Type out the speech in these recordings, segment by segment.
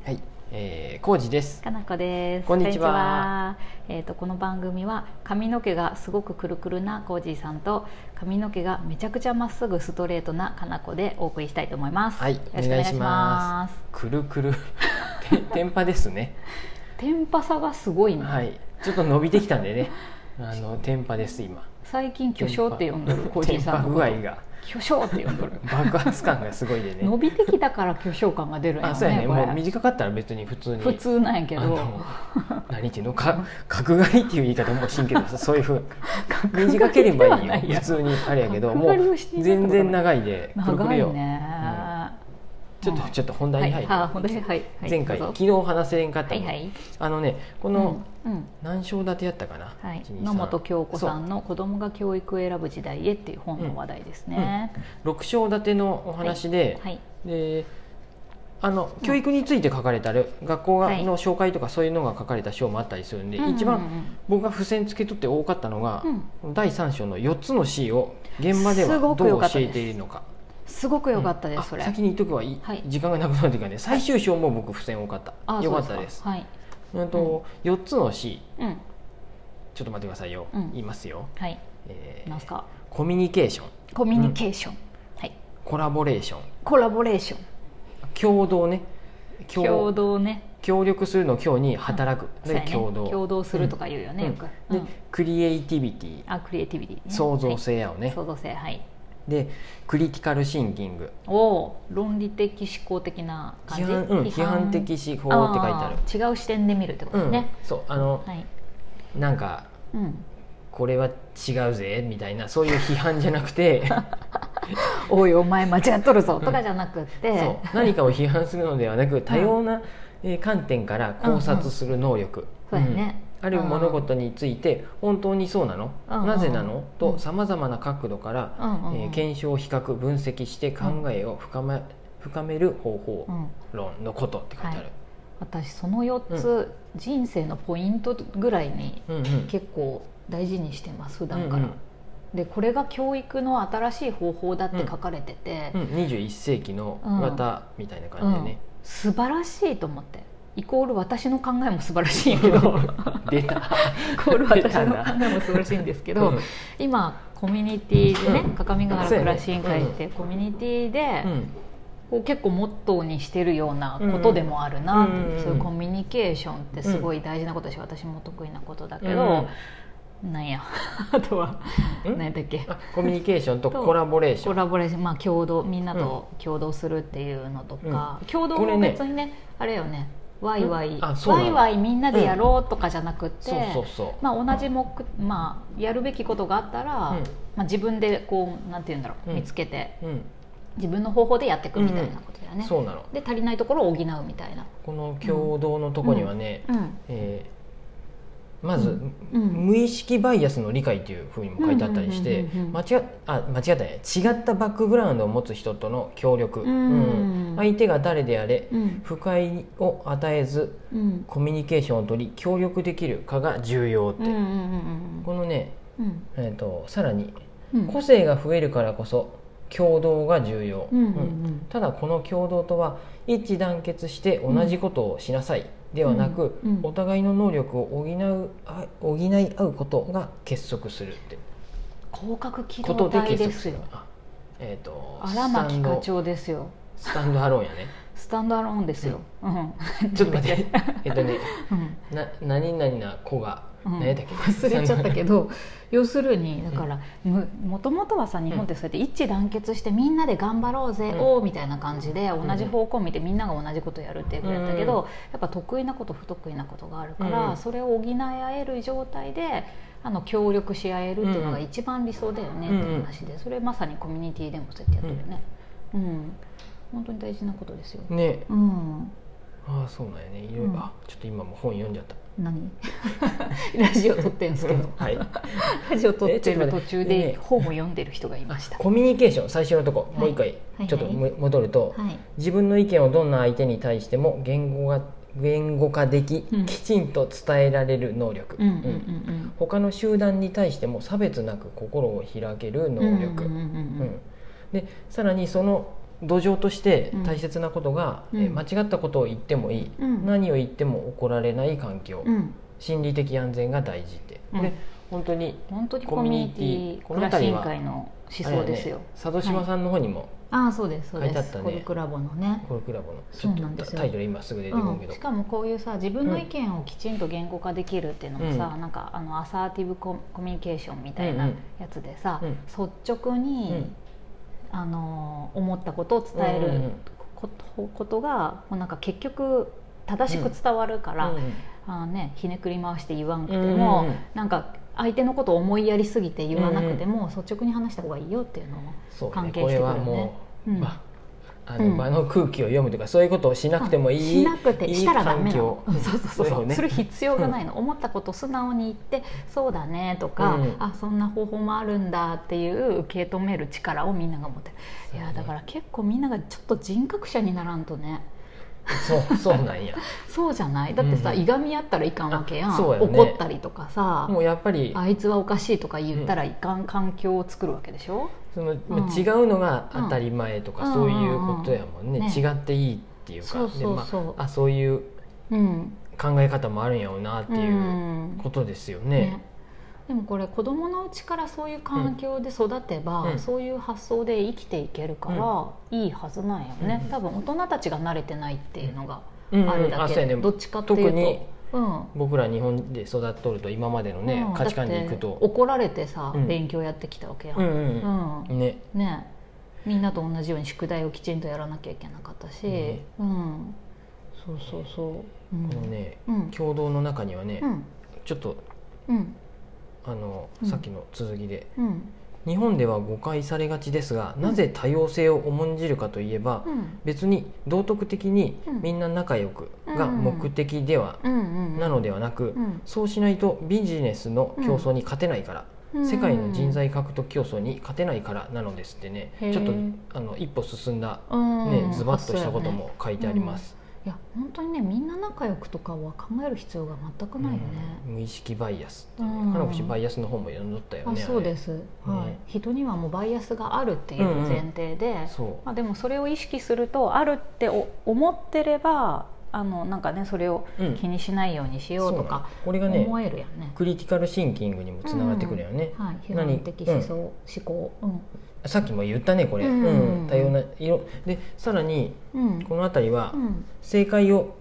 はい、浩二です。 かなこです。 こんにちは。 この番組は髪の毛がすごくくるくるな浩二さんと髪の毛がめちゃくちゃまっすぐストレートなかなこでお送りしたいと思います。 はい、 よろしくお願いします。 くるくる天パですね。 天パさがすごいね。 はい、ちょっと伸びてきたんでね。天パです今。 最近巨匠って呼んどる浩二さんのこと。 天パ具合が。 巨匠って呼んどる。 爆発感がすごいでね。 伸びてきたから巨匠感が出るんやね。 そうやね。もう短かったら別に普通に。 普通なんやけど。 何っていうのか角刈りっていう言い方もしんけどさ、そういうふう短ければいいよ。普通にあれやけど、もう全然長いでくるくるよ。 長いね。 ちょっと本題に入る。前回昨日話せんかったの。この何章立てやったかな。 野本京子さんの子供が教育を選ぶ時代へっていう本の話題ですね。 6章立てのお話で、教育について書かれた学校の紹介とかそういうのが書かれた章もあったりするんで、一番僕が付箋つけとって多かったのが第3章の4つの C を現場ではどう教えているのか。 すごく良かったです。それ先に言っとくわ、時間がなくなるというかね、最終章も僕付箋多かった。良かったです。4つの C、ちょっと待ってくださいよ。言いますよ。 何すか？ コミュニケーション、 コミュニケーション、 コラボレーション、 コラボレーション、 共同ね、 共同ね、 協力するの今日に働くで共同するとか言うよね。 でクリエイティビティ、 クリエイティビティ、 創造性やをね。 創造性、はい。 でクリティカルシンキング、 論理的思考的な感じ。 批判的思考って書いてある。 違う視点で見るってことね。 そうなんかこれは違うぜみたいな、そういう批判じゃなくておいお前間違っとるぞとかじゃなくて、 何かを批判するのではなく、多様な観点から考察する能力。 そうやね。 ある物事について本当にそうなの、なぜなのとさまざまな角度から検証、比較、分析して考えを深める方法論のことって書いてある。 私その4つ、人生のポイントぐらいに結構大事にしてます、普段から。でこれが教育の新しい方法だって書かれてて、 21世紀の型みたいな感じでね、 素晴らしいと思って。イコール私の考えも素晴らしいんやけど出たイコール私の考えも素晴らしいんですけど、今コミュニティでね、各務原暮らし委員会ってコミュニティでこう結構モットーにしてるようなことでもあるなって。そういうコミュニケーションってすごい大事なことだし、私も得意なことだけど、なんやあとは何だっけ、 コミュニケーションとコラボレーション、 コラボレーション、共同、みんなと共同するっていうのとか、共同も別にね、あれよね、ワイワイみんなでやろうとかじゃなくって、同じやるべきことがあったら、自分でこうなんていうんだろう、見つけて自分の方法でやっていくみたいなことだよね。 そうなの。 で足りないところを補うみたいな。 この共同のとこにはね、まず無意識バイアスの理解というふうにも書いてあったりして、間違ったね、違ったバックグラウンドを持つ人との協力、相手が誰であれ不快を与えずコミュニケーションを取り協力できるかが重要って。このね、さらに個性が増えるからこそ共同が重要。ただこの共同とは一致団結して同じことをしなさいではなく、お互いの能力を補い合うことが結束するって広角機動隊ですよ。荒牧課長ですよ。 スタンドアローンやね。 スタンドアローンですよ。 ちょっと待って何々な子が何だっけ、 忘れちゃったけど要するにだからもともとはさ、日本ってそうやって一致団結してみんなで頑張ろうぜみたいな感じで同じ方向を見てみんなが同じことをやるっていうことやったけど、やっぱ得意なこと不得意なことがあるから、それを補い合える状態で協力し合えるっていうのが一番理想だよねっていう話で、それまさにコミュニティでもそうやってやってるよね。本当に大事なことですよね。 そうなんやね。いろいろちょっと今も本読んじゃった。 何ラジオ撮ってんすけどラジオ撮ってる途中で本を読んでる人がいました。 コミュニケーション、最初のとこもう一回ちょっと戻ると、自分の意見をどんな相手に対しても言語化でき、きちんと伝えられる能力、他の集団に対しても差別なく心を開ける能力、でさらにその土壌として大切なことが、間違ったことを言ってもいい、何を言っても怒られない環境、心理的安全が大事って、これ本当にコミュニティ暮らし委員会の思想ですよ。 佐渡島さんの方にもそうですそうです、コルクラボのね、 コルクラボのちょっとタイトル今すぐ出てくるけど、 しかもこういうさ自分の意見をきちんと言語化できるっていうのもさ、なんかアサーティブコミュニケーションみたいなやつでさ、率直に、思ったことを伝えることがなんか結局正しく伝わるから、ひねくり回して言わんくても、なんか相手のことを思いやりすぎて言わなくても、率直に話した方がいいよっていうのも関係してくるよね。これはもう、場の空気を読むとかそういうことをしなくてもいい、 しなくてしたらダメなの。 そうする必要がないの。思ったことを素直に言ってそうだねとか、そんな方法もあるんだっていう受け止める力をみんなが持ってる。いやだから結構みんながちょっと人格者にならんとね。 そうなんや。 そうじゃない。だってさ、いがみ合ったらいかんわけやん。怒ったりとかさ、 もうやっぱりあいつはおかしいとか言ったらいかん環境を作るわけでしょ。 その違うのが当たり前とか、そういうことやもんね。違っていいっていうか、そういう考え方もあるんやろうなっていうことですよね。 でもこれ子供のうちからそういう環境で育てば、そういう発想で生きていけるからいいはずなんよね。多分大人たちが慣れてないっていうのがあるだけで、どっちかっていうと特に僕ら日本で育っとると今までのね、価値観でいくと怒られてさ、勉強やってきたわけやん。ね、みんなと同じように宿題をきちんとやらなきゃいけなかったし、そうこのね、共同の中にはね、ちょっとさっきの続きで、日本では誤解されがちですが、なぜ多様性を重んじるかといえば、別に道徳的にみんな仲良くが目的ではなのではなく、そうしないとビジネスの競争に勝てないから、世界の人材獲得競争に勝てないからなのですってね、ちょっと一歩進んだ、ズバッとしたことも書いてあります。 いや本当にね、みんな仲良くとかは考える必要が全くないよね。 無意識バイアスってね、金越バイアスの本も読んどったよね。 そうです、人にはもうバイアスがあるっていう前提で、でもそれを意識すると、あるって思ってればなんかね、それを気にしないようにしようとか思えるやんね。 クリティカルシンキングにもつながってくるよね。 批判的思考、 さっきも言ったねこれ、多様な色で、さらにこの辺りは正解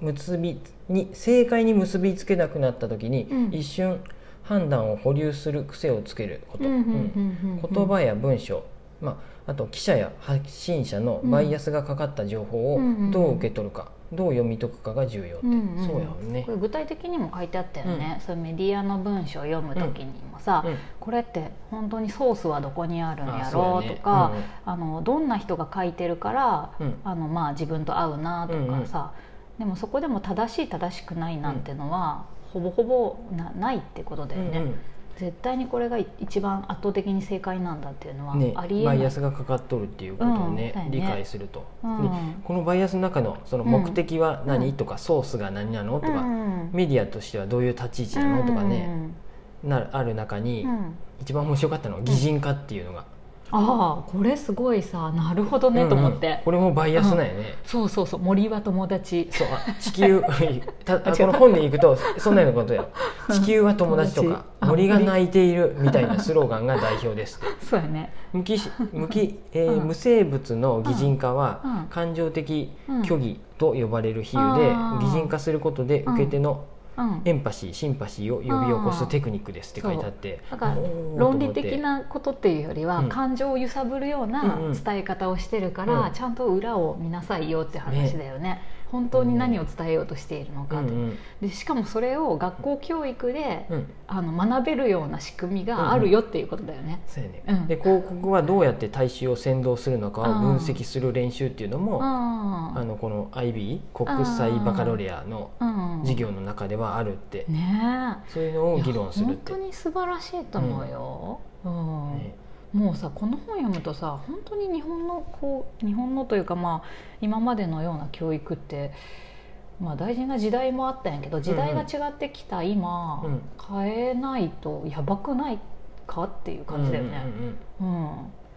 に結びつけなくなった時に一瞬判断を保留する癖をつけること、言葉や文章、あと記者や発信者のバイアスがかかった情報をどう受け取るか、どう読み解くかが重要って、そうやもんね。 これ具体的にも書いてあったよね。そういうメディアの文章を読む時にもさ、これって本当にソースはどこにあるんやろうとか、どんな人が書いてるから、自分と合うなとかさ、でもそこでも正しくないなんてのは、ほぼほぼないってことだよね。絶対にこれが一番圧倒的に正解なんだっていうのはありえない、 バイアスがかかっとるっていうことを理解すると、このバイアスの中のその目的は何とか、ソースが何なのとか、メディアとしてはどういう立ち位置なのとかね、ある中に一番面白かったのは擬人化っていうのが、 これすごいさ、なるほどねと思って、 これもバイアスなんよね。 そう森は友達、 地球この本でいくとそんなようなことや、地球は友達とか森が鳴いているみたいなスローガンが代表ですって。 そうやね。 無生物の擬人化は感情的虚偽と呼ばれる比喩で、擬人化することで受け手のエンパシー、シンパシーを呼び起こすテクニックですって書いてあって、 だから論理的なことっていうよりは、感情を揺さぶるような伝え方をしてるから、ちゃんと裏を見なさいよって話だよね。本当に何を伝えようとしているのかと、でしかもそれを学校教育で、学べるような仕組みがあるよっていうことだよね。 そうやね。で広告はどうやって大衆を扇動するのかを分析する練習っていうのも、この IB 国際バカロレアの授業の中ではあるって、そういうのを議論するって、 本当に素晴らしいと思うよ。もうさ、この本読むとさ、本当に日本のというか、今までのような教育って、大事な時代もあったんやけど、時代が違ってきた今、変えないとやばくないかっていう感じだよね。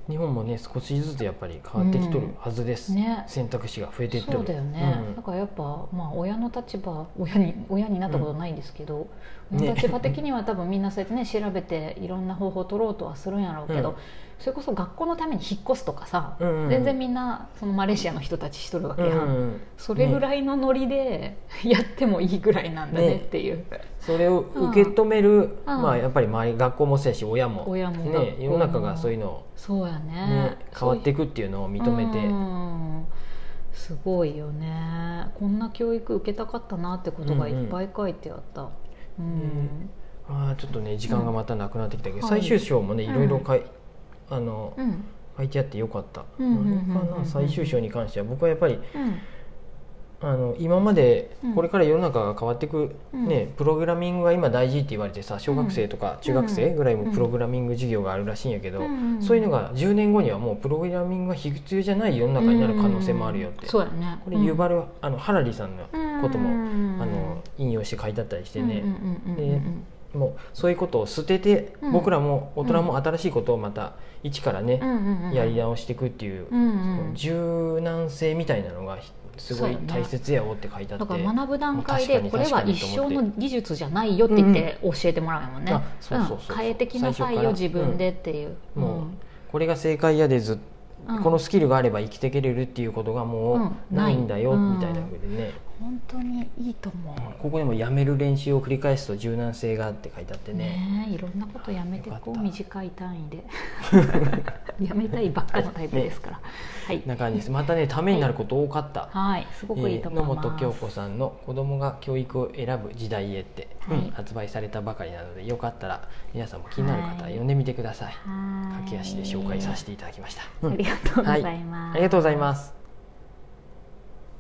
日本もね少しずつやっぱり変わってきとるはずです、 ね、 選択肢が増えていってる。 そうだよね、だからやっぱ、まあ、親の立場、親になったことないんですけど、親の立場的には多分みんなそうやってね調べていろんな方法を取ろうとはするんやろうけど、それこそ学校のために引っ越すとかさ、全然みんなそのマレーシアの人たちしとるわけやん、それぐらいのノリでやってもいいぐらいなんだねっていう、 それを受け止める、まあ、やっぱり周り学校もそうやし親もね、世の中がそういうのをそうやね、 変わっていくっていうのを認めて、 すごいよね。こんな教育受けたかったなってことがいっぱい書いてあった、 ちょっとね時間がまたなくなってきたけど、最終章もねいろいろ書いてあってよかった。最終章に関しては僕はやっぱり、今までこれから世の中が変わっていく、プログラミングが今大事って言われてさ、小学生とか中学生ぐらいもプログラミング授業があるらしいんやけど、そういうのが10年後にはもうプログラミングが必要じゃない世の中になる可能性もあるよって、 そうやね、 これユーバルハラリさんのことも引用して書いてあったりしてね、でもうそういうことを捨てて、僕らも大人も新しいことをまた一からね、やり直していくっていう、柔軟性みたいなのがすごい大切やおって書いてあって、 だから学ぶ段階でこれは一生の技術じゃないよって言って教えてもらうもんね、変えてきなさいよ自分でっていう、 もうこれが正解やでこのスキルがあれば生きていけれるっていうことがもうないんだよみたいな風でね、 本当にいいと思う。 ここにもやめる練習を繰り返すと柔軟性があって書いてあってね、 いろんなことやめてこう短い単位でやめたいばっかのタイプですから、 な感じです。またねためになること多かった、 すごくいいと思います。 野本京子さんの子供が教育を選ぶ時代へって、発売されたばかりなので、よかったら皆さんも気になる方は読んでみてください。駆け足で紹介させていただきました。 ありがとうございます。 ありがとうございます。